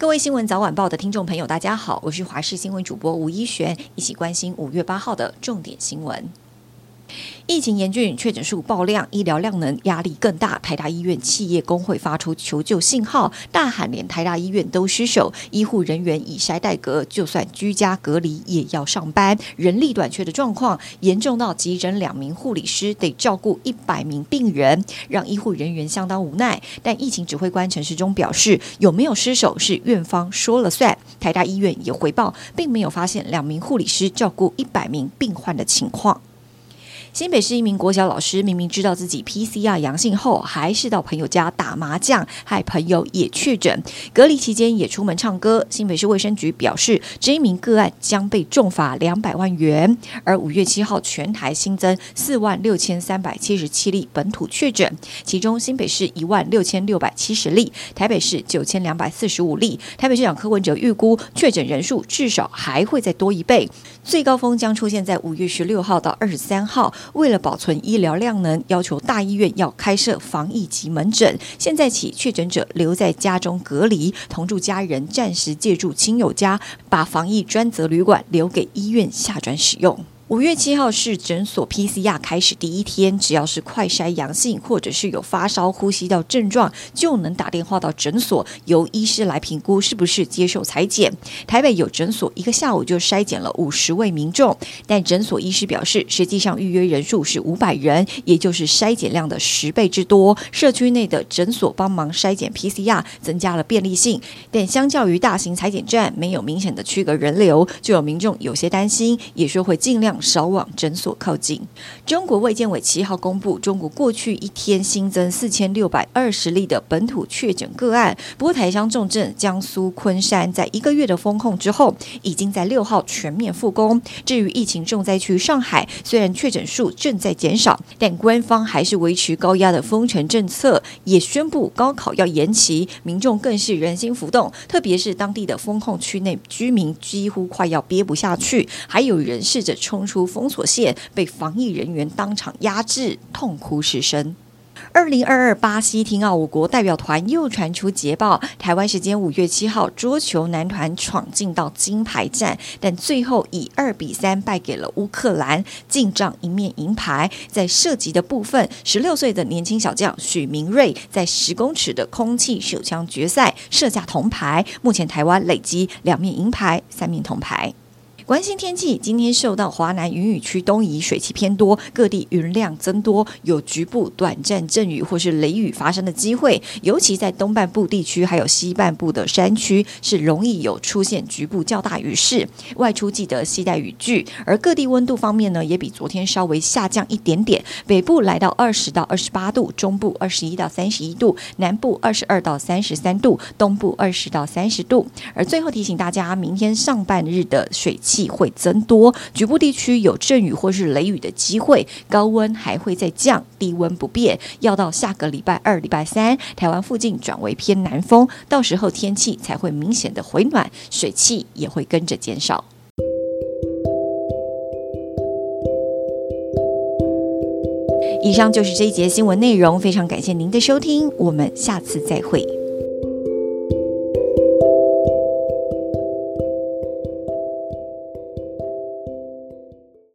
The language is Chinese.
各位新闻早晚报的听众朋友大家好，我是华视新闻主播吴依璇，一起关心5月8号的重点新闻。疫情严峻，确诊数爆量，医疗量能压力更大。台大医院企业工会发出求救信号，大喊连台大医院都失守，医护人员以筛代隔，就算居家隔离也要上班。人力短缺的状况严重到急诊2名护理师得照顾100名病人，让医护人员相当无奈。但疫情指挥官陈时中表示，有没有失守是院方说了算。台大医院也回报，并没有发现2名护理师照顾100名病患的情况。新北市一名国小老师明明知道自己 PCR 阳性后，还是到朋友家打麻将，害朋友也确诊，隔离期间也出门唱歌。新北市卫生局表示，这一名个案将被重罚200万元。而5月7号全台新增46377例本土确诊，其中新北市16670例，台北市9245例。台北市长柯文哲预估确诊人数至少还会再多1倍，最高峰将出现在5月16号到23号。为了保存医疗量能，要求大医院要开设防疫级门诊。现在起，确诊者留在家中隔离，同住家人暂时借住亲友家，把防疫专责旅馆留给医院下转使用。5月7号是诊所 PCR 开始第一天，只要是快筛阳性或者是有发烧、呼吸道症状，就能打电话到诊所，由医师来评估是不是接受采检。台北有诊所1个下午就筛检了50位民众，但诊所医师表示，实际上预约人数是500人，也就是筛检量的10倍之多。社区内的诊所帮忙筛检 PCR， 增加了便利性，但相较于大型采检站，没有明显的区隔人流，就有民众有些担心，也说会尽量少往诊所靠近。中国卫健委7号公布，中国过去一天新增4620例的本土确诊个案。不过台商重症江苏昆山在1个月的封控之后，已经在6号全面复工。至于疫情重灾区上海，虽然确诊数正在减少，但官方还是维持高压的封城政策，也宣布高考要延期，民众更是人心浮动。特别是当地的封控区内居民几乎快要憋不下去，还有人试着冲出封锁线，被防疫人员当场压制，痛哭失声。2022巴西听奥5国代表团又传出捷报，台湾时间5月7号，桌球男团闯进到金牌战，但最后以2-3败给了乌克兰，进账1面银牌。在射击的部分，16岁的年轻小将许明瑞在10公尺的空气手枪决赛射下铜牌，目前台湾累积2面银牌、3面铜牌。关心天气，今天受到华南云雨区东移，水汽偏多，各地云量增多，有局部短暂阵雨或是雷雨发生的机会，尤其在东半部地区还有西半部的山区是容易有出现局部较大雨势，外出记得携带雨具。而各地温度方面呢，也比昨天稍微下降一点点，北部来到20到28度，中部21到31度，南部22到33度，东部20到30度。而最后提醒大家，明天上半日的水汽会增多，局部地区有阵雨或是雷雨的机会，高温还会再降，低温不变，要到下个礼拜2、礼拜3，台湾附近转为偏南风，到时候天气才会明显的回暖，水汽也会跟着减少。以上就是这一节新闻内容，非常感谢您的收听，我们下次再会。